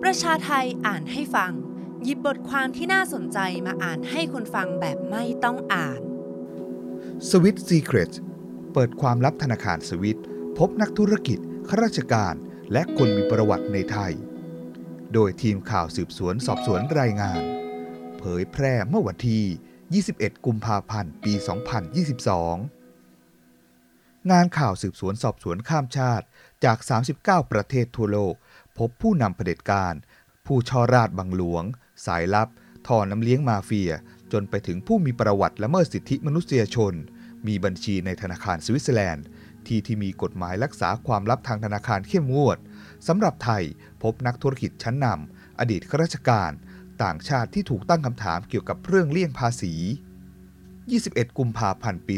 ประชาไทยอ่านให้ฟังหยิบบทความที่น่าสนใจมาอ่านให้คนฟังแบบไม่ต้องอ่าน Swiss Secrets เปิดความลับธนาคารสวิสพบนักธุรกิจข้าราชการและคนมีประวัติในไทยโดยทีมข่าวสืบสวนสอบสวนรายงานเผยแพร่เมื่อวันที่ 21 กุมภาพันธ์ ปี 2022 งานข่าวสืบสวนสอบสวนข้ามชาติจาก 39 ประเทศทั่วโลกพบผู้นำเผด็จการผู้ช่อราชบังหลวงสายลับท่อน้ำเลี้ยงมาเฟียจนไปถึงผู้มีประวัติละเมิดสิทธิมนุษยชนมีบัญชีในธนาคารสวิตเซอร์แลนด์ที่มีกฎหมายรักษาความลับทางธนาคารเข้มงวดสำหรับไทยพบนักธุรกิจชั้นนำอดีตข้าราชการต่างชาติที่ถูกตั้งคำถามเกี่ยวกับเรื่องเลี่ยงภาษี 21 กุมภาพันธ์ ปี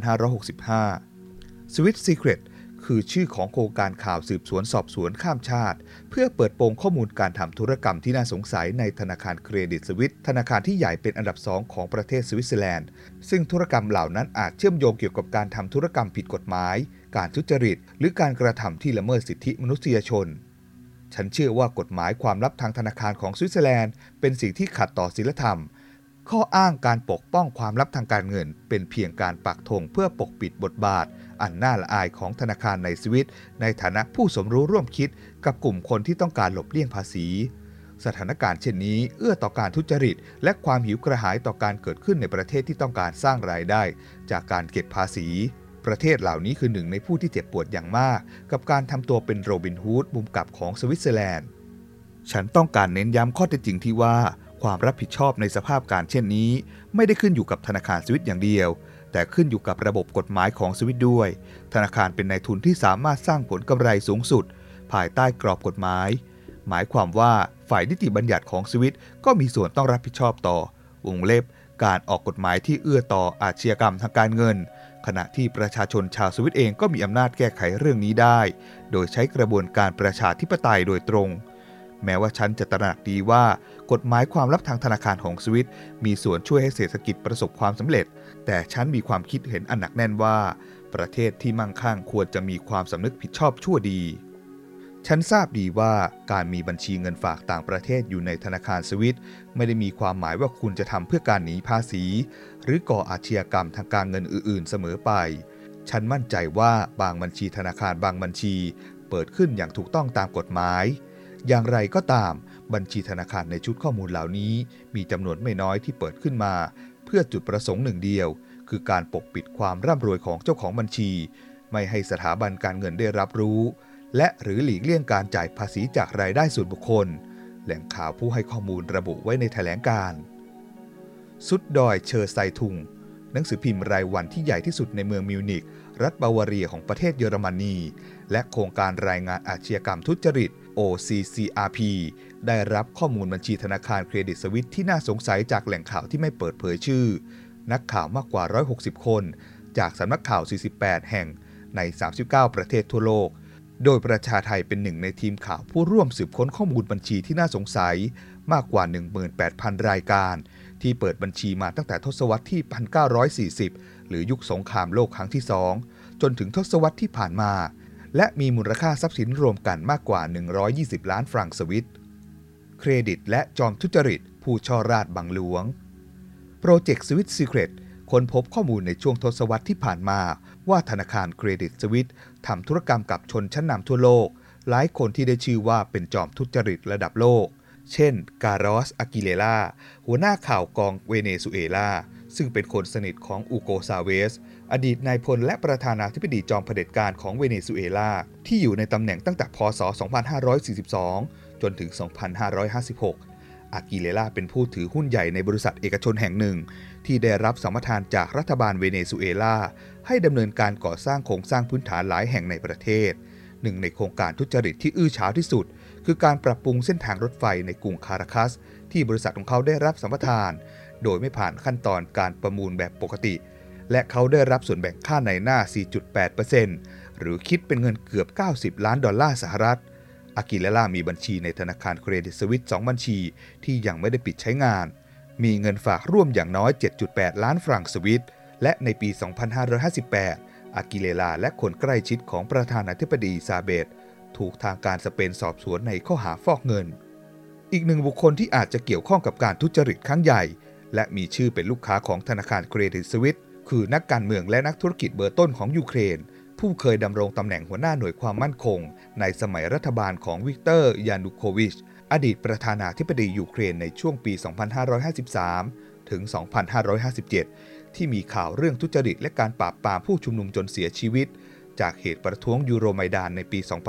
2565 Swiss Secret คือชื่อของโครงการข่าวสืบสวนสอบสวนข้ามชาติเพื่อเปิดโปงข้อมูลการทำธุรกรรมที่น่าสงสัยในธนาคารเครดิตสวิสธนาคารที่ใหญ่เป็นอันดับ2ของประเทศสวิตเซอร์แลนด์ซึ่งธุรกรรมเหล่านั้นอาจเชื่อมโยงเกี่ยวกับการทำธุรกรรมผิดกฎหมายการทุจริตหรือการกระทำที่ละเมิดสิทธิมนุษยชนฉันเชื่อว่ากฎหมายความลับทางธนาคารของสวิตเซอร์แลนด์เป็นสิ่งที่ขัดต่อศีลธรรมข้ออ้างการปกป้องความลับทางการเงินเป็นเพียงการปักธงเพื่อปกปิดบทบาทอันน่าละอายของธนาคารในสวิตในฐานะผู้สมรู้ร่วมคิดกับกลุ่มคนที่ต้องการหลบเลี่ยงภาษีสถานการณ์เช่นนี้เอื้อต่อการทุจริตและความหิวกระหายต่อการเกิดขึ้นในประเทศที่ต้องการสร้างรายได้จากการเก็บภาษีประเทศเหล่านี้คือหนึ่งในผู้ที่เจ็บปวดอย่างมากกับการทำตัวเป็นโรบินฮูดมุมกลับของสวิตเซอร์แลนด์ฉันต้องการเน้นย้ำข้อเท็จจริงที่ว่าความรับผิดชอบในสภาพการเช่นนี้ไม่ได้ขึ้นอยู่กับธนาคารสวิสอย่างเดียวแต่ขึ้นอยู่กับระบบกฎหมายของสวิสด้วยธนาคารเป็นนายทุนที่สามารถสร้างผลกำไรสูงสุดภายใต้กรอบกฎหมายหมายความว่าฝ่ายนิติบัญญัติของสวิสก็มีส่วนต้องรับผิดชอบต่อวงเล็บการออกกฎหมายที่เอื้อต่ออาชญากรรมทางการเงินขณะที่ประชาชนชาวสวิสเองก็มีอำนาจแก้ไขเรื่องนี้ได้โดยใช้กระบวนการประชาธิปไตยโดยตรงแม้ว่าฉันจะตระหนักดีว่ากฎหมายความลับทางธนาคารของสวิสมีส่วนช่วยให้เศรษฐกิจประสบความสำเร็จแต่ฉันมีความคิดเห็นอันหนักแน่นว่าประเทศที่มั่งคั่งควรจะมีความสำนึกผิดชอบชั่วดีฉันทราบดีว่าการมีบัญชีเงินฝากต่างประเทศอยู่ในธนาคารสวิสไม่ได้มีความหมายว่าคุณจะทำเพื่อการหนีภาษีหรือก่ออาชญากรรมทางการเงินอื่นๆเสมอไปฉันมั่นใจว่าบางบัญชีธนาคารบางบัญชีเปิดขึ้นอย่างถูกต้องตามกฎหมายอย่างไรก็ตามบัญชีธนาคารในชุดข้อมูลเหล่านี้มีจำนวนไม่น้อยที่เปิดขึ้นมาเพื่อจุดประสงค์หนึ่งเดียวคือการปกปิดความร่ำรวยของเจ้าของบัญชีไม่ให้สถาบันการเงินได้รับรู้และหรือหลีกเลี่ยงการจ่ายภาษีจากรายได้ส่วนบุคคลแหล่งข่าวผู้ให้ข้อมูลระบุไว้ในแถลงการณ์ซุดดอยเชอร์ไซทุงหนังสือพิมพ์รายวันที่ใหญ่ที่สุดในเมืองมิวนิกรัฐบาวาเรียของประเทศเยอรมนีและโครงการรายงานอาชญากรรมทุจริต OCCRP ได้รับข้อมูลบัญชีธนาคารเครดิตสวิสที่น่าสงสัยจากแหล่งข่าวที่ไม่เปิดเผยชื่อนักข่าวมากกว่า160คนจากสำนักข่าว48แห่งใน39ประเทศทั่วโลกโดยประชาไทยเป็นหนึ่งในทีมข่าวผู้ร่วมสืบค้นข้อมูลบัญชีที่น่าสงสัยมากกว่า 18,000 รายการที่เปิดบัญชีมาตั้งแต่ทศวรรษที่1940หรือยุคสงครามโลกครั้งที่2จนถึงทศวรรษที่ผ่านมาและมีมูลค่าทรัพย์สินรวมกันมากกว่า120ล้านฟรังก์สวิสเครดิตและจอมทุจริตผู้ช่อราชบังหลวงโปรเจกต์ Swiss Secret ค้นพบข้อมูลในช่วงทศวรรษที่ผ่านมาว่าธนาคารเครดิตสวิสทำธุรกรรมกับชนชั้นนำทั่วโลกหลายคนที่ได้ชื่อว่าเป็นจอมทุจริตระดับโลกเช่นการอสอากิเลลาหัวหน้าข่าวกองเวเนซุเอลาซึ่งเป็นคนสนิทของอูโกซาเวสอดีตนายพลและประธานาธิบดีจอมเผด็จการของเวเนซุเอลาที่อยู่ในตำแหน่งตั้งแต่พ.ศ. 2542 จนถึง 2556 อากิเลลาเป็นผู้ถือหุ้นใหญ่ในบริษัทเอกชนแห่งหนึ่งที่ได้รับสัมปทานจากรัฐบาลเวเนซุเอลาให้ดำเนินการก่อสร้างโครงสร้างพื้นฐานหลายแห่งในประเทศหนึ่งในโครงการทุจริตที่อื้อฉาวที่สุดคือการปรับปรุงเส้นทางรถไฟในกรุงคาราคัสที่บริษัทของเขาได้รับสัมปทานโดยไม่ผ่านขั้นตอนการประมูลแบบปกติและเขาได้รับส่วนแบ่งค่าในหน้า 4.8% หรือคิดเป็นเงินเกือบ90ล้านดอลลาร์สหรัฐอากิเลล่ามีบัญชีในธนาคารเครดิตสวิส2บัญชีที่ยังไม่ได้ปิดใช้งานมีเงินฝากร่วมอย่างน้อย 7.8 ล้านฟรังก์สวิสและในปี 2558 อากิเลลาและคนใกล้ชิดของประธานาธิบดีซาเบตถูกทางการสเปนสอบสวนในข้อหาฟอกเงินอีกหนึ่งบุคคลที่อาจจะเกี่ยวข้องกับการทุจริตครั้งใหญ่และมีชื่อเป็นลูกค้าของธนาคารเครดิตสวิสคือนักการเมืองและนักธุรกิจเบอร์ต้นของยูเครนผู้เคยดำรงตำแหน่งหัวหน้าหน่วยความมั่นคงในสมัยรัฐบาลของวิกเตอร์ ยานูโควิชอดีตประธานาธิบดียูเครนในช่วงปี 2553 ถึง 2557 ที่มีข่าวเรื่องทุจริตและการปราบปรามผู้ชุมนุมจนเสียชีวิตจากเหตุประท้วงยูโรไมดานในปี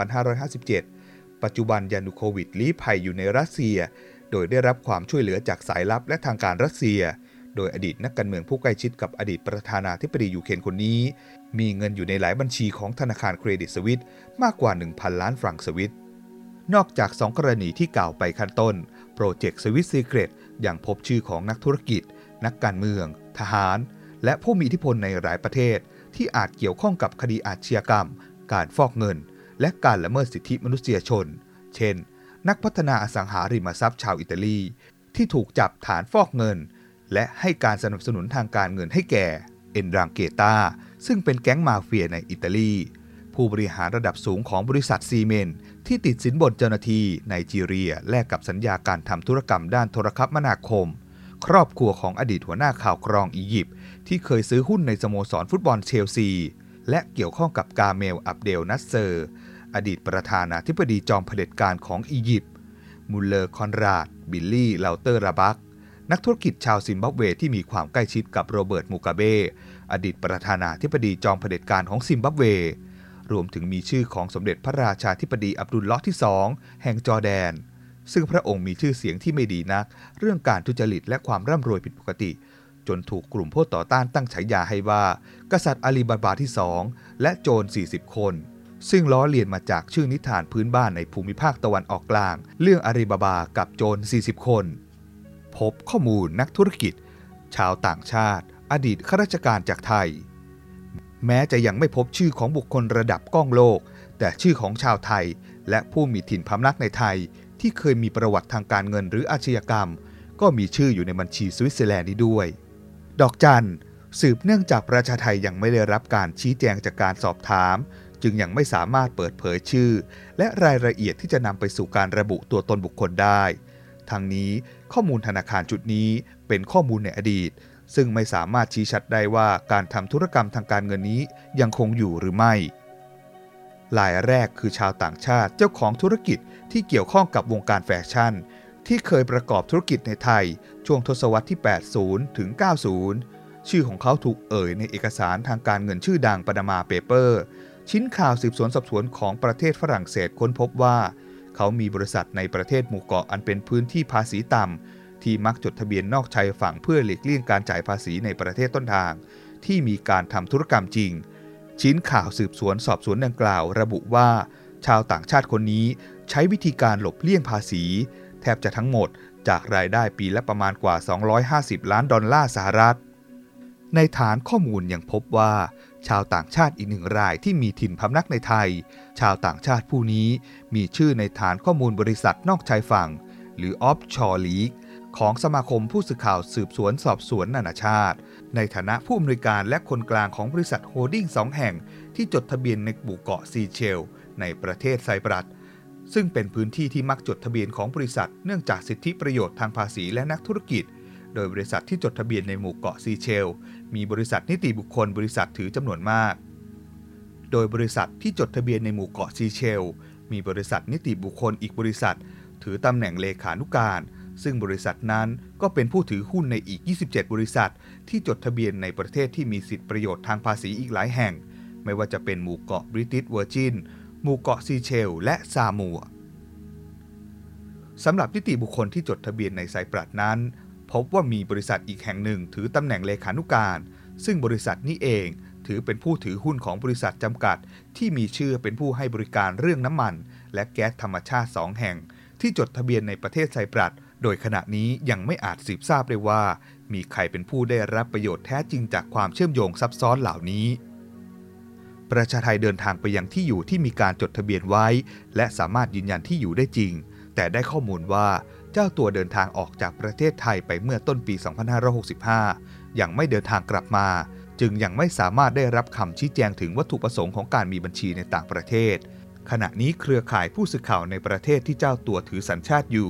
2557 ปัจจุบันยานูโควิชลี้ภัยอยู่ในรัสเซียโดยได้รับความช่วยเหลือจากสายลับและทางการรัสเซียโดยอดีตนักการเมืองผู้ใกล้ชิดกับอดีตประธานาธิบดียูเครนคนนี้มีเงินอยู่ในหลายบัญชีของธนาคารเครดิตสวิสมากกว่า 1,000 ล้านฟรังก์สวิสนอกจาก2กรณีที่กล่าวไปข้างต้นโปรเจกต์สวิสซีเครตยังพบชื่อของนักธุรกิจนักการเมืองทหารและผู้มีอิทธิพลในหลายประเทศที่อาจเกี่ยวข้องกับคดีอาชญากรรมการฟอกเงินและการละเมิดสิทธิมนุษยชนเช่นนักพัฒนาอสังหาริมทรัพย์ชาวอิตาลีที่ถูกจับฐานฟอกเงินและให้การสนับสนุนทางการเงินให้แก่เอ็นรังเกตาซึ่งเป็นแก๊งมาเฟียในอิตาลีผู้บริหารระดับสูงของบริษัทซีเมนต์ที่ติดสินบนเจ้าหน้าที่ไนจีเรียแลกกับสัญญาการทำธุรกรรมด้านโทรคมนาคมครอบครัวของอดีตหัวหน้าข่าวกรองอียิปต์ที่เคยซื้อหุ้นในสโมสรฟุตบอลเชลซีและเกี่ยวข้องกับกาเมลอับเดลนัสเซอร์อดีตประธานาธิบดีจอมเผด็จการของอียิปต์มุลเลอร์คอนราดบิลลี่ลาวเตอร์ราบักนักธุรกิจชาวซิมบับเวที่มีความใกล้ชิดกับโรเบิร์ตมูกาเบอดีตประธานาธิบดีจอมเผด็จการของซิมบับเวรวมถึงมีชื่อของสมเด็จพระราชาธิบดีอับดุลเลาะห์ที่ 2 แห่งจอร์แดนซึ่งพระองค์มีชื่อเสียงที่ไม่ดีนักเรื่องการทุจริตและความร่ำรวยผิดปกติจนถูกกลุ่มผู้ต่อต้านตั้งฉายาให้ว่ากษัตริย์อาลีบาบาที่ 2และโจร40 คนซึ่งล้อเลียนมาจากชื่อนิทานพื้นบ้านในภูมิภาคตะวันออกกลางเรื่องอาลีบาบากับโจร40 คนพบข้อมูลนักธุรกิจชาวต่างชาติอดีตข้าราชการจากไทยแม้จะยังไม่พบชื่อของบุคคลระดับก้องโลกแต่ชื่อของชาวไทยและผู้มีถิ่นพำนักในไทยที่เคยมีประวัติทางการเงินหรืออาชญากรรมก็มีชื่ออยู่ในบัญชีสวิตเซอร์แลนด์นี้ด้วยดอกจันสืบเนื่องจากประชาไทยยังไม่ได้รับการชี้แจงจากการสอบถามจึงยังไม่สามารถเปิดเผยชื่อและรายละเอียดที่จะนำไปสู่การระบุตัวตนบุคคลได้ทั้งนี้ข้อมูลธนาคารชุดนี้เป็นข้อมูลในอดีตซึ่งไม่สามารถชี้ชัดได้ว่าการทำธุรกรรมทางการเงินนี้ยังคงอยู่หรือไม่รายแรกคือชาวต่างชาติเจ้าของธุรกิจที่เกี่ยวข้องกับวงการแฟชั่นที่เคยประกอบธุรกิจในไทยช่วงทศวรรษที่ 80 ถึง 90 ชื่อของเขาถูกเอ่ยในเอกสารทางการเงินชื่อดังปานามาเปเปอร์ชิ้นข่าวสืบสวนสอบสวนของประเทศฝรั่งเศสค้นพบว่าเขามีบริษัทในประเทศหมู่เกาะอันเป็นพื้นที่ภาษีต่ำที่มักจดทะเบียนนอกชายฝั่งเพื่อหลีกเลี่ยงการจ่ายภาษีในประเทศต้นทางที่มีการทำธุรกรรมจริงชิ้นข่าวสืบสวนสอบสวนดังกล่าวระบุว่าชาวต่างชาติคนนี้ใช้วิธีการหลบเลี่ยงภาษีแทบจะทั้งหมดจากรายได้ปีละประมาณกว่า$250 ล้านสหรัฐในฐานข้อมูลยังพบว่าชาวต่างชาติอีกหนึ่งรายที่มีถิ่นพำนักในไทยชาวต่างชาติผู้นี้มีชื่อในฐานข้อมูลบริษัทนอกชายฝั่งหรือ Offshore League ของสมาคมผู้สื่อข่าวสืบสวนสอบสวนนานาชาติในฐานะผู้อำนวยการและคนกลางของบริษัทโฮลดิ้ง2 แห่งที่จดทะเบียนในหมู่เกาะซีเชลในประเทศไซปรัสซึ่งเป็นพื้นที่ที่มักจดทะเบียนของบริษัทเนื่องจากสิทธิประโยชน์ทางภาษีและนักธุรกิจโดยบริษัทที่จดทะเบียนในหมู่เกาะซีเชลมีบริษัทนิติบุคคลบริษัทถือจำนวนมากโดยบริษัทที่จดทะเบียนในหมู่เกาะซีเชลมีบริษัทนิติบุคคลอีกบริษัทถือตำแหน่งเลขานุการซึ่งบริษัทนั้นก็เป็นผู้ถือหุ้นในอีก27บริษัทที่จดทะเบียนในประเทศที่มีสิทธิประโยชน์ทางภาษีอีกหลายแห่งไม่ว่าจะเป็นหมู่เกาะบริติชเวอร์จินหมู่เกาะซีเชลและซามัวสำหรับนิติบุคคลที่จดทะเบียนในไซปรัสนั้นพบว่ามีบริษัทอีกแห่งหนึ่งถือตำแหน่งเลขานุการซึ่งบริษัทนี้เองถือเป็นผู้ถือหุ้นของบริษัทจำกัดที่มีชื่อเป็นผู้ให้บริการเรื่องน้ำมันและแก๊สธรรมชาติ2 แห่งที่จดทะเบียนในประเทศไซปรัสโดยขณะนี้ยังไม่อาจสืบทราบได้ว่ามีใครเป็นผู้ได้รับประโยชน์แท้จริงจากความเชื่อมโยงซับซ้อนเหล่านี้ประชาไทยเดินทางไปยังที่อยู่ที่มีการจดทะเบียนไว้และสามารถยืนยันที่อยู่ได้จริงแต่ได้ข้อมูลว่าเจ้าตัวเดินทางออกจากประเทศไทยไปเมื่อต้นปี 2565 ยังไม่เดินทางกลับมาจึงยังไม่สามารถได้รับคำชี้แจงถึงวัตถุประสงค์ของการมีบัญชีในต่างประเทศขณะนี้เครือข่ายผู้สื่อข่าวในประเทศที่เจ้าตัวถือสัญชาติอยู่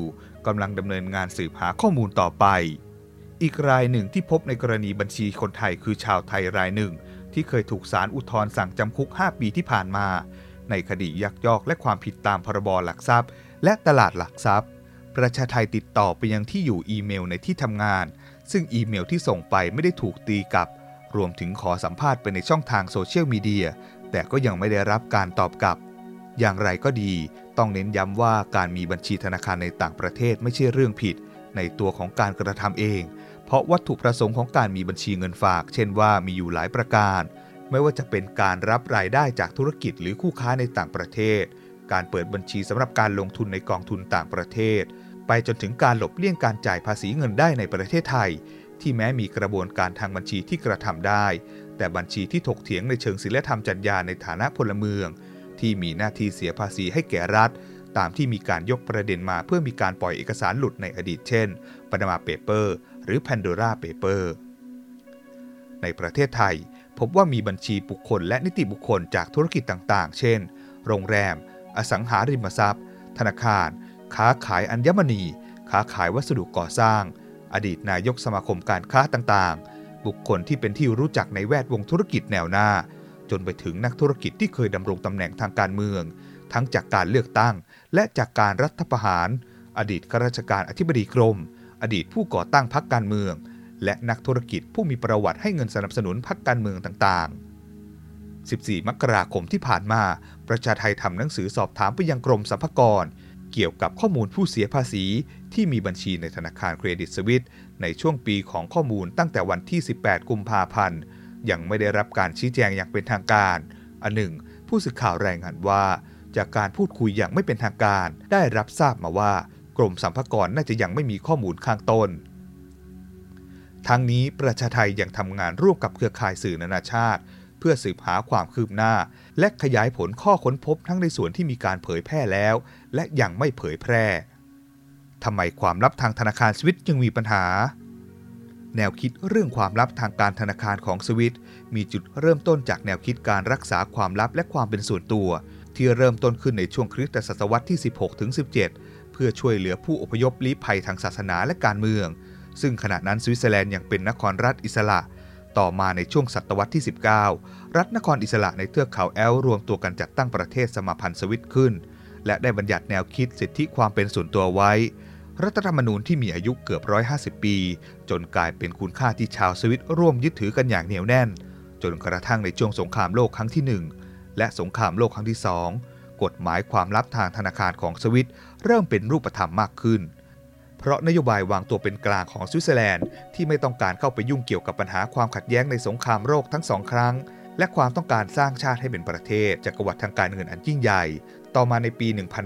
กำลังดำเนินงานสืบหาข้อมูลต่อไปอีกรายหนึ่งที่พบในกรณีบัญชีคนไทยคือชาวไทยรายหนึ่งที่เคยถูกศาลอุทธรณ์สั่งจำคุก5 ปีที่ผ่านมาในคดียักยอกและความผิดตามพรบหลักทรัพย์และตลาดหลักทรัพย์ประชาไทยติดต่อไปยังที่อยู่อีเมลในที่ทำงานซึ่งอีเมลที่ส่งไปไม่ได้ถูกตีกลับรวมถึงขอสัมภาษณ์ไปในช่องทางโซเชียลมีเดียแต่ก็ยังไม่ได้รับการตอบกลับอย่างไรก็ดีต้องเน้นย้ำว่าการมีบัญชีธนาคารในต่างประเทศไม่ใช่เรื่องผิดในตัวของการกระทำเองเพราะวัตถุประสงค์ของการมีบัญชีเงินฝากเช่นว่ามีอยู่หลายประการไม่ว่าจะเป็นการรับรายได้จากธุรกิจหรือคู่ค้าในต่างประเทศการเปิดบัญชีสำหรับการลงทุนในกองทุนต่างประเทศไปจนถึงการหลบเลี่ยงการจ่ายภาษีเงินได้ในประเทศไทยที่แม้มีกระบวนการทางบัญชีที่กระทำได้แต่บัญชีที่ถกเถียงในเชิงศีลธรรมจรรยาในฐานะพลเมืองที่มีหน้าที่เสียภาษีให้แก่รัฐตามที่มีการยกประเด็นมาเพื่อมีการปล่อยเอกสารหลุดในอดีตเช่น Panama Paper หรือ Pandora Paper ในประเทศไทยพบว่ามีบัญชีบุคคลและนิติบุคคลจากธุรกิจต่างๆเช่นโรงแรมอสังหาริมทรัพย์ธนาคารค้าขายอัญมณีค้าขายวัสดุก่อสร้างอดีตนายกสมาคมการค้าต่างๆบุคคลที่เป็นที่รู้จักในแวดวงธุรกิจแนวหน้าจนไปถึงนักธุรกิจที่เคยดำรงตำแหน่งทางการเมืองทั้งจากการเลือกตั้งและจากการรัฐประหารอดีตข้าราชการอธิบดีกรมอดีตผู้ก่อตั้งพรรคการเมืองและนักธุรกิจผู้มีประวัติให้เงินสนับสนุนพรรคการเมืองต่างๆ14 มกราคมที่ผ่านมาประชาไทยทำหนังสือสอบถามไปยังกรมสรรพากรเกี่ยวกับข้อมูลผู้เสียภาษีที่มีบัญชีในธนาคารเครดิตสวิสในช่วงปีของข้อมูลตั้งแต่วันที่18 กุมภาพันธ์ยังไม่ได้รับการชี้แจงอย่างเป็นทางการอันหนึ่งผู้สื่อข่าวรายงานว่าจากการพูดคุยอย่างไม่เป็นทางการได้รับทราบมาว่ากรมสรรพากรน่าจะยังไม่มีข้อมูลข้างต้นทั้งนี้ประชาไทยยังทำงานร่วมกับเครือข่ายสื่อนานาชาติเพื่อสืบหาความคืบหน้าและขยายผลข้อค้นพบทั้งในส่วนที่มีการเผยแพร่แล้วและยังไม่เผยแพร่ทำไมความลับทางธนาคารสวิสยังมีปัญหาแนวคิดเรื่องความลับทางการธนาคารของสวิสมีจุดเริ่มต้นจากแนวคิดการรักษาความลับและความเป็นส่วนตัวที่เริ่มต้นขึ้นในช่วงคริสตศตวรรษที่ 16-17 เพื่อช่วยเหลือผู้อพยพลี้ภัยทางศาสนาและการเมืองซึ่งขณะนั้นสวิตเซอร์แลนด์ยังเป็นนครรัฐอิสระต่อมาในช่วงศตวรรษที่ 19 รัฐนครอิสระในเทือกเขาแอลป์รวมตัวกันจัดตั้งประเทศสมาพันธ์สวิสขึ้นและได้บัญญัติแนวคิดสิทธิความเป็นส่วนตัวไว้รัฐธรรมนูญที่มีอายุเกือบ150 ปีจนกลายเป็นคุณค่าที่ชาวสวิสร่วมยึดถือกันอย่างเหนียวแน่นจนกระทั่งในช่วงสงครามโลกครั้งที่1และสงครามโลกครั้งที่2กฎหมายความลับทางธนาคารของสวิสเริ่มเป็นรูปธรรมมากขึ้นเพราะนโยบายวางตัวเป็นกลางของสวิตเซอร์แลนด์ที่ไม่ต้องการเข้าไปยุ่งเกี่ยวกับปัญหาความขัดแย้งในสงครามโลกทั้ง2 ครั้งและความต้องการสร้างชาติให้เป็นประเทศจักรวรรดิทางการเงินอันยิ่งใหญ่ต่อมาในปี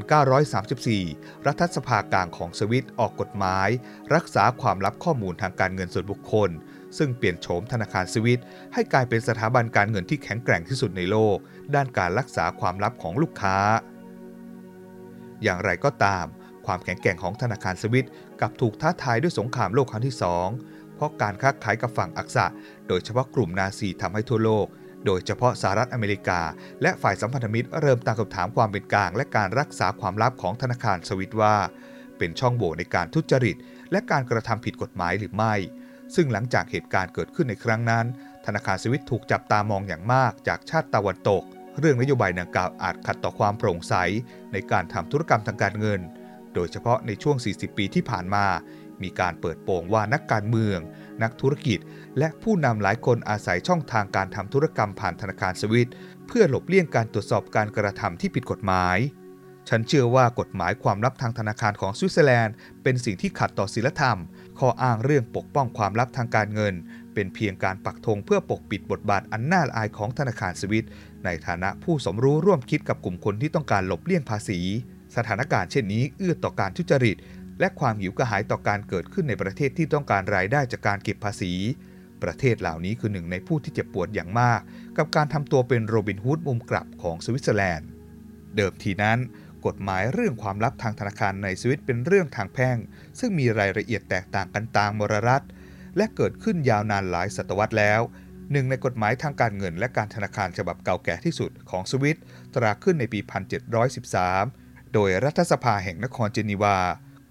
1934 รัฐสภากลางของสวิสออกกฎหมายรักษาความลับข้อมูลทางการเงินส่วนบุคคลซึ่งเปลี่ยนโฉมธนาคารสวิสให้กลายเป็นสถาบันการเงินที่แข็งแกร่งที่สุดในโลกด้านการรักษาความลับของลูกค้าอย่างไรก็ตามความแข็งแกร่งของธนาคารสวิสกลับถูกท้าทายด้วยสงครามโลกครั้งที่2เพราะการค้าขายกับฝั่งอักษะโดยเฉพาะกลุ่มนาซีทำให้ทั่วโลกโดยเฉพาะสหรัฐอเมริกาและฝ่ายสัมพันธมิตรเริ่มตั้งคำถามความเป็นกลางและการรักษาความลับของธนาคารสวิสว่าเป็นช่องโหว่ในการทุจริตและการกระทำผิดกฎหมายหรือไม่ซึ่งหลังจากเหตุการณ์เกิดขึ้นในครั้งนั้นธนาคารสวิสถูกจับตามองอย่างมากจากชาติตะวันตกเรื่องนโยบายดังกล่าวอาจขัดต่อความโปร่งใสในการทำธุรกรรมทางการเงินโดยเฉพาะในช่วง 40 ปีที่ผ่านมามีการเปิดโปงว่านักการเมืองนักธุรกิจและผู้นำหลายคนอาศัยช่องทางการทำธุรกรรมผ่านธนาคารสวิสเพื่อหลบเลี่ยงการตรวจสอบการกระทำที่ผิดกฎหมายฉันเชื่อว่ากฎหมายความลับทางธนาคารของสวิตเซอร์แลนด์เป็นสิ่งที่ขัดต่อศีลธรรมข้ออ้างเรื่องปกป้องความลับทางการเงินเป็นเพียงการปักธงเพื่อปกปิดบทบาทอันน่าอายของธนาคารสวิสในฐานะผู้สมรู้ร่วมคิดกับกลุ่มคนที่ต้องการหลบเลี่ยงภาษีสถานการณ์เช่นนี้เอื้อต่อการทุจริตและความหิวกระหายต่อการเกิดขึ้นในประเทศที่ต้องการรายได้จากการเก็บภาษีประเทศเหล่านี้คือหนึ่งในผู้ที่เจ็บปวดอย่างมากกับการทำตัวเป็นโรบินฮูดมุมกลับของสวิตเซอร์แลนด์เดิมทีนั้นกฎหมายเรื่องความลับทางธนาคารในสวิสเป็นเรื่องทางแพ่งซึ่งมีรายละเอียดแตกต่างกันตามมลรัฐและเกิดขึ้นยาวนานหลายศตวรรษแล้วหนึ่งในกฎหมายทางการเงินและการธนาคารฉบับเก่าแก่ที่สุดของสวิสตราขึ้นในปี 1713 โดยรัฐสภาแห่งนครเจนีวา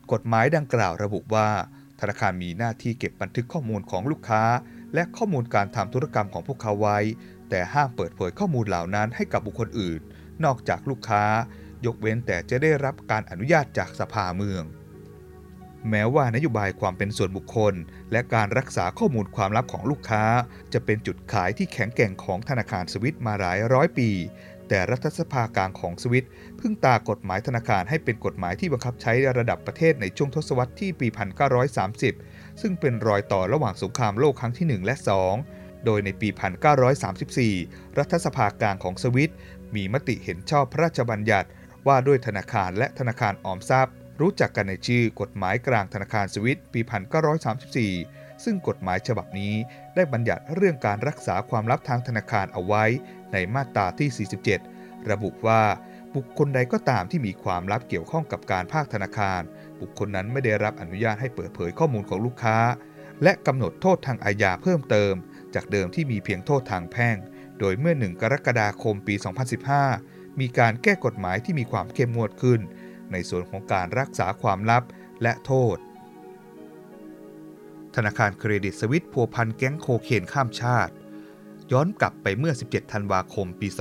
กฎหมายดังกล่าวระบุว่าธนาคารมีหน้าที่เก็บบันทึกข้อมูลของลูกค้าและข้อมูลการทำธุรกรรมของพวกเขาไว้แต่ห้ามเปิดเผยข้อมูลเหล่านั้นให้กับบุคคลอื่นนอกจากลูกค้ายกเว้นแต่จะได้รับการอนุญาตจากสภาเมืองแม้ว่านโยบายความเป็นส่วนบุคคลและการรักษาข้อมูลความลับของลูกค้าจะเป็นจุดขายที่แข็งแกร่งของธนาคารสวิสมาหลายร้อยปีแต่รัฐสภากลางของสวิสเพิ่งตากฎหมายธนาคารให้เป็นกฎหมายที่บังคับใช้ระดับประเทศในช่วงทศวรรษที่ปี 1930 ซึ่งเป็นรอยต่อระหว่างสงครามโลกครั้งที่ 1 และ 2 โดยในปี 1934 รัฐสภากลางของสวิสมีมติเห็นชอบพระราชบัญญัติว่าด้วยธนาคารและธนาคารออมทรัพย์รู้จักกันในชื่อกฎหมายกลางธนาคารสวิสปี 1934 ซึ่งกฎหมายฉบับนี้ได้บัญญัติเรื่องการรักษาความลับทางธนาคารเอาไว้ในมาตราที่ 47 ระบุว่าบุคคลใดก็ตามที่มีความลับเกี่ยวข้องกับการภาคธนาคารบุคคลนั้นไม่ได้รับอนุญาตให้เปิดเผยข้อมูลของลูกค้าและกำหนดโทษทางอาญาเพิ่มเติมจากเดิมที่มีเพียงโทษทางแพ่งโดยเมื่อ 1 กรกฎาคม ปี 2015 มีการแก้กฎหมายที่มีความเข้มงวดขึ้นในส่วนของการรักษาความลับและโทษธนาคารเครดิตสวิสพัวพันแก๊งโคเคนข้ามชาติย้อนกลับไปเมื่อ 17 ธันวาคม ปี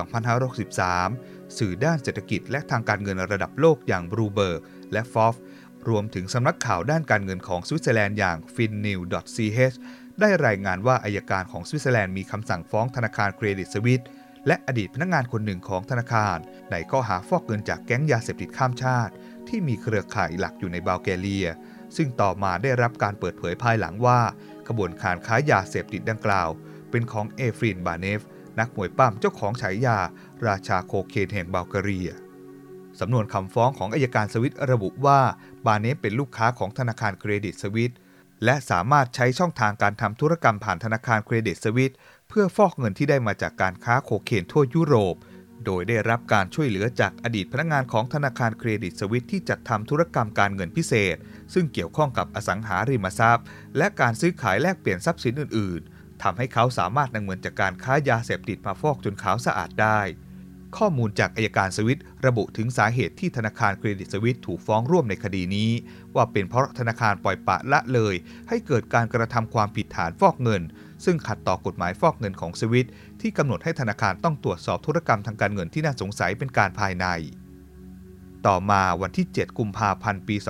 2563 สื่อด้านเศรษฐกิจและทางการเงินระดับโลกอย่างบลูเบิร์กและฟอฟรวมถึงสำนักข่าวด้านการเงินของสวิตเซอร์แลนด์อย่าง finnews.ch ได้รายงานว่าอัยการของสวิตเซอร์แลนด์มีคำสั่งฟ้องธนาคารเครดิตสวิสและอดีตพนักงานคนหนึ่งของธนาคารในข้อหาฟอกเงินจากแก๊งยาเสพติดข้ามชาติที่มีเครือข่ายหลักอยู่ในบัลแกเรียซึ่งต่อมาได้รับการเปิดเผยภายหลังว่าขบวนการค้ายาเสพติดดังกล่าวเป็นของเอฟรินบาเนฟนักมวยปั้มเจ้าของฉายาราชาโคเคนแห่งบัลแกเรียสำนวนคำฟ้องของอัยการสวิสระบุว่าบาเนฟเป็นลูกค้าของธนาคารเครดิตสวิสและสามารถใช้ช่องทางการทำธุรกรรมผ่านธนาคารเครดิตสวิสเพื่อฟอกเงินที่ได้มาจากการค้าโคเคนทั่วยุโรปโดยได้รับการช่วยเหลือจากอดีตพนักงานของธนาคารเครดิตสวิสที่จัดทำธุรกรรมการเงินพิเศษซึ่งเกี่ยวข้องกับอสังหาริมทรัพย์และการซื้อขายแลกเปลี่ยนทรัพย์สินอื่นๆทำให้เขาสามารถนำเงินจากการค้ายาเสพติดมาฟอกจนขาวสะอาดได้ข้อมูลจากอัยการสวิสระบุถึงสาเหตุที่ธนาคารเครดิตสวิสถูกฟ้องร่วมในคดีนี้ว่าเป็นเพราะธนาคารปล่อยปละละเลยให้เกิดการกระทำความผิดฐานฟอกเงินซึ่งขัดต่อกฎหมายฟอกเงินของสวิสที่กำหนดให้ธนาคารต้องตรวจสอบธุรกรรมทางการเงินที่น่าสงสัยเป็นการภายในต่อมาวันที่ 7 กุมภาพันธ์ ปี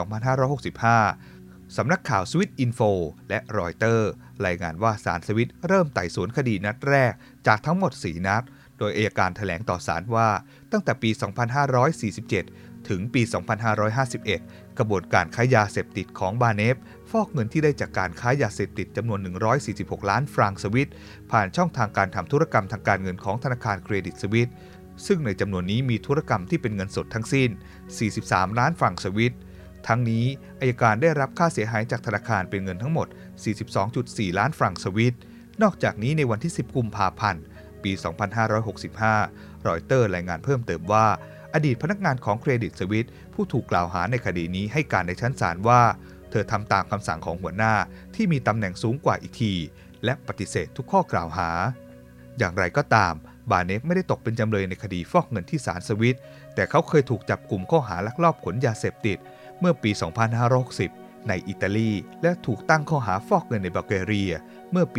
2565 สำนักข่าวสวิสอินโฟและรอยเตอร์รายงานว่าศาลสวิสเริ่มไต่สวนคดีนัดแรกจากทั้งหมด 4 นัดโดยอัยการแถลงต่อศาลว่าตั้งแต่ปี 2547 ถึงปี 2551 กระบวนการค้ายาเสพติดของบาเนฟฟอกเงินที่ได้จากการค้ายาเสพติดจำนวน 146 ล้านฟรังก์สวิสผ่านช่องทางการทำธุรกรรมทางการเงินของธนาคารเครดิตสวิสซึ่งในจำนวนนี้มีธุรกรรมที่เป็นเงินสดทั้งสิ้น 43 ล้านฟรังก์สวิสทั้งนี้อัยการได้รับค่าเสียหายจากธนาคารเป็นเงินทั้งหมด 42.4 ล้านฟรังก์สวิสนอกจากนี้ในวันที่ 10 กุมภาพันธ์ ปี 2565 รอยเตอร์รายงานเพิ่มเติมว่าอดีตพนักงานของเครดิตสวิสผู้ถูกกล่าวหาในคดีนี้ให้การในชั้นศาลว่าเธอทำตามคำสั่งของหัวหน้าที่มีตำแหน่งสูงกว่าอีกทีและปฏิเสธทุกข้อกล่าวหาอย่างไรก็ตามบาเนฟไม่ได้ตกเป็นจำเลยในคดีฟอกเงินที่ศาลสวิสแต่เขาเคยถูกจับกุมข้อหาลักลอบขนยาเสพติดเมื่อปี 2560 ในอิตาลีและถูกตั้งข้อหาฟอกเงินในบัลแกเรียเมื่อปี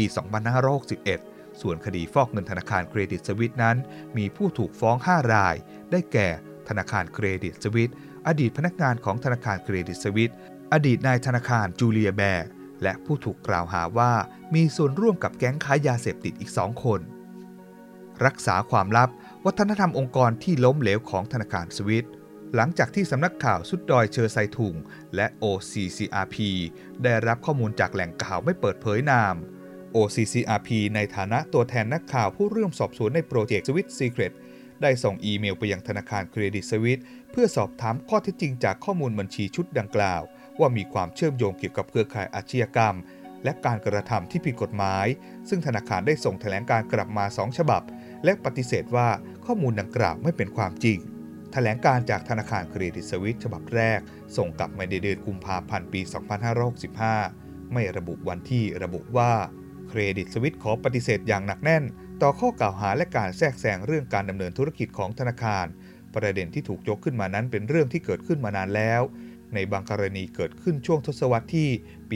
2561 ส่วนคดีฟอกเงินธนาคารเครดิตสวิสนั้นมีผู้ถูกฟ้อง 5 รายได้แก่ธนาคารเครดิตสวิสอดีตพนักงานของธนาคารเครดิตสวิสอดีตนายธนาคารจูเลียแบร์และผู้ถูกกล่าวหาว่ามีส่วนร่วมกับแก๊งค้ายาเสพติดอีก 2 คนรักษาความลับวัฒนธรรมองค์กรที่ล้มเหลวของธนาคารสวิสหลังจากที่สำนักข่าวซุดดอยเชอร์ไซทุงและ OCCRP ได้รับข้อมูลจากแหล่งข่าวไม่เปิดเผยนาม OCCRP ในฐานะตัวแทนนักข่าวผู้ร่วมสอบสวนในโปรเจกต์ Swiss Secret ได้ส่งอีเมลไปยังธนาคารเครดิตสวิสเพื่อสอบถามข้อเท็จจริงจากข้อมูลบัญชีชุดดังกล่าวว่ามีความเชื่อมโยงเกี่ยวกับเครือข่ายอาชญากรรมและการกระทำที่ผิดกฎหมายซึ่งธนาคารได้ส่งแถลงการกลับมา 2 ฉบับและปฏิเสธว่าข้อมูลดังกล่าวไม่เป็นความจริงแถลงการจากธนาคารเครดิตสวิสฉบับแรกส่งกลับมาในเดือนกุมภาพันธ์ปี 2565 ไม่ระบุวันที่ระบุว่าเครดิตสวิสขอปฏิเสธอย่างหนักแน่นต่อข้อกล่าวหาและการแทรกแซงเรื่องการดำเนินธุรกิจของธนาคารประเด็นที่ถูกยกขึ้นมานั้นเป็นเรื่องที่เกิดขึ้นมานานแล้วในบางกรณีเกิดขึ้นช่วงทศวรรษที่ปี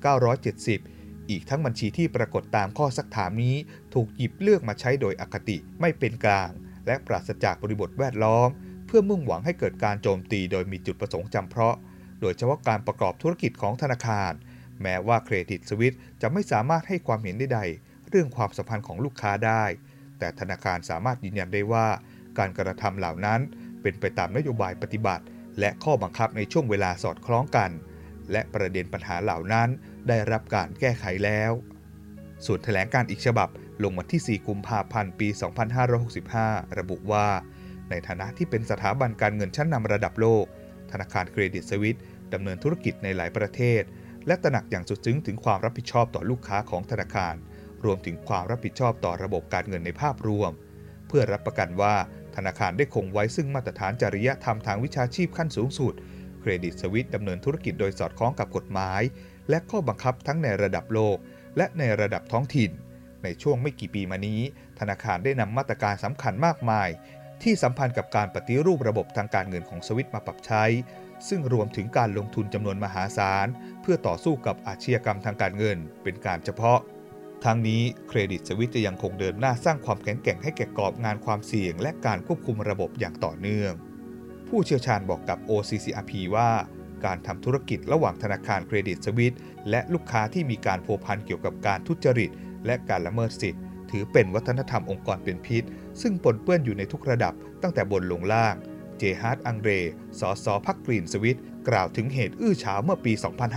1970 อีกทั้งบัญชีที่ปรากฏตามข้อซักถามนี้ถูกหยิบเลือกมาใช้โดยอคติไม่เป็นกลางและปราศจากบริบทแวดล้อมเพื่อมุ่งหวังให้เกิดการโจมตีโดยมีจุดประสงค์จำเพาะโดยเฉพาะการประกอบธุรกิจของธนาคารแม้ว่าเครดิตสวิสจะไม่สามารถให้ความเห็นใดๆเรื่องความสัมพันธ์ของลูกค้าได้แต่ธนาคารสามารถยืนยันได้ว่าการกระทำเหล่านั้นเป็นไปตามนโยบายปฏิบัติและข้อบังคับในช่วงเวลาสอดคล้องกันและประเด็นปัญหาเหล่านั้นได้รับการแก้ไขแล้วส่วนแถลงการณ์อีกฉบับลงวันที่ 4 กุมภาพันธ์ ปี 2565 ระบุว่าในฐานะที่เป็นสถาบันการเงินชั้นนำระดับโลกธนาคารเครดิตสวิสดำเนินธุรกิจในหลายประเทศและตระหนักอย่างสุดซึ้งถึงความรับผิดชอบต่อลูกค้าของธนาคารรวมถึงความรับผิดชอบต่อระบบการเงินในภาพรวมเพื่อรับประกันว่าธนาคารได้คงไว้ซึ่งมาตรฐานจริยธรรมทางวิชาชีพขั้นสูงสุดเครดิตสวิสดำเนินธุรกิจโดยสอดคล้องกับกฎหมายและข้อบังคับทั้งในระดับโลกและในระดับท้องถิ่นในช่วงไม่กี่ปีมานี้ธนาคารได้นำมาตรการสำคัญมากมายที่สัมพันธ์กับการปฏิรูประบบทางการเงินของสวิสมาปรับใช้ซึ่งรวมถึงการลงทุนจำนวนมหาศาลเพื่อต่อสู้กับอาชญากรรมทางการเงินเป็นการเฉพาะทั้งนี้เครดิตสวิสจะยังคงเดินหน้าสร้างความแข็งแกร่งให้แก่กรอบงานความเสี่ยงและการควบคุมระบบอย่างต่อเนื่องผู้เชี่ยวชาญบอกกับ OCCRP ว่าการทำธุรกิจระหว่างธนาคารเครดิตสวิสและลูกค้าที่มีการพัวพันเกี่ยวกับการทุจริตและการละเมิดสิทธิถือเป็นวัฒนธรรมองค์กรเป็นพิษซึ่งปนเปื้อนอยู่ในทุกระดับตั้งแต่บนลงล่างเจฮาร์ดอังเรสสพรรคกรีนสวิสกล่าวถึงเหตุอื้อฉาวเมื่อปี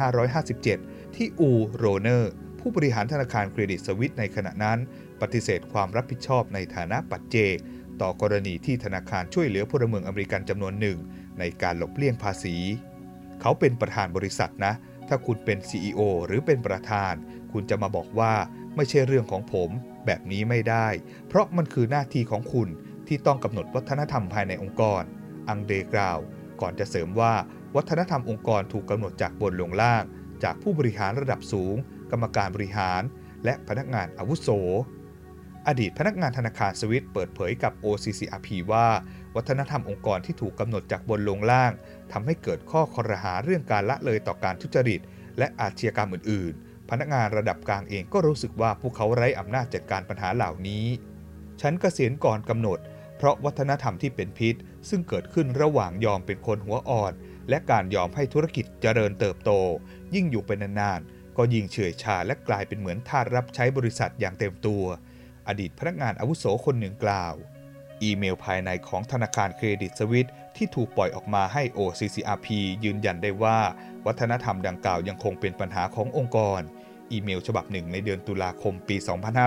2557 ที่อูโรเนอร์ผู้บริหารธนาคารเครดิตสวิสในขณะนั้นปฏิเสธความรับผิดชอบในฐานะปัจเจกต่อกรณีที่ธนาคารช่วยเหลือพลเมืองอเมริกันจำนวนหนึ่งในการหลบเลี่ยงภาษีเขาเป็นประธานบริษัทนะถ้าคุณเป็น CEO หรือเป็นประธานคุณจะมาบอกว่าไม่ใช่เรื่องของผมแบบนี้ไม่ได้เพราะมันคือหน้าที่ของคุณที่ต้องกำหนดวัฒนธรรมภายในองค์กรอังเดกล่าวก่อนจะเสริมว่าวัฒนธรรมองค์กรถูกกำหนดจากบนลงล่างจากผู้บริหารระดับสูงกรรมการบริหารและพนักงานอาวุโสอดีตพนักงานธนาคารสวิสเปิดเผยกับ OCCRP ว่าวัฒนธรรมองค์กรที่ถูกกำหนดจากบนลงล่างทำให้เกิดข้อครหาเรื่องการละเลยต่อการทุจริตและอาชญากรรมอื่นๆพนักงานระดับกลางเองก็รู้สึกว่าพวกเขาไร้อำนาจจัดการปัญหาเหล่านี้ฉันเกษียณก่อนกำหนดเพราะวัฒนธรรมที่เป็นพิษซึ่งเกิดขึ้นระหว่างยอมเป็นคนหัวอ่อนและการยอมให้ธุรกิจเจริญเติบโตยิ่งอยู่เป็นนานๆก็ยิ่งเฉื่อยชาและกลายเป็นเหมือนทาสรับใช้บริษัทอย่างเต็มตัวอดีตพนักงานอาวุโสคนหนึ่งกล่าวอีเมลภายในของธนาคารเครดิตสวิสที่ถูกปล่อยออกมาให้ OCCRP ยืนยันได้ว่าวัฒนธรรมดังกล่าวยังคงเป็นปัญหาขององค์กรอีเมลฉบับหนึ่งในเดือนตุลาคมปี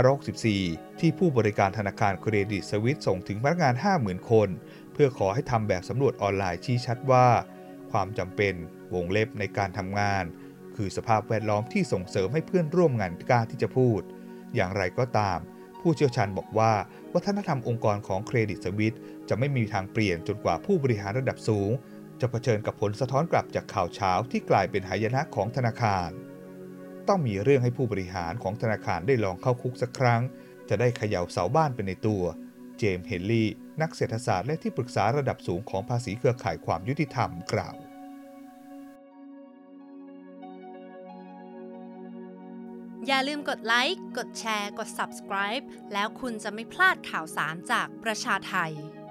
2564 ที่ผู้บริการธนาคารเครดิตสวิสส่งถึงพนักงาน 50,000 คนเพื่อขอให้ทำแบบสำรวจออนไลน์ชี้ชัดว่าความจำเป็นวงเล็บในการทำงานคือสภาพแวดล้อมที่ส่งเสริมให้เพื่อนร่วมงานกล้าที่จะพูดอย่างไรก็ตามผู้เชี่ยวชาญบอกว่าวัฒนธรรมองค์กรของเครดิตสวิสจะไม่มีทางเปลี่ยนจนกว่าผู้บริหารระดับสูงจะเผชิญกับผลสะท้อนกลับจากข่าวเช้าที่กลายเป็นหายนะของธนาคารต้องมีเรื่องให้ผู้บริหารของธนาคารได้ลองเข้าคุกสักครั้งจะได้เขย่าเสาบ้านไปในตัวเจมส์เฮนลี่นักเศรษฐศาสตร์และที่ปรึกษาระดับสูงของภาษีเครือข่ายความยุติธรรมกล่าวอย่าลืมกดไลค์ กดแชร์ กด Subscribe แล้วคุณจะไม่พลาดข่าวสารจากประชาไท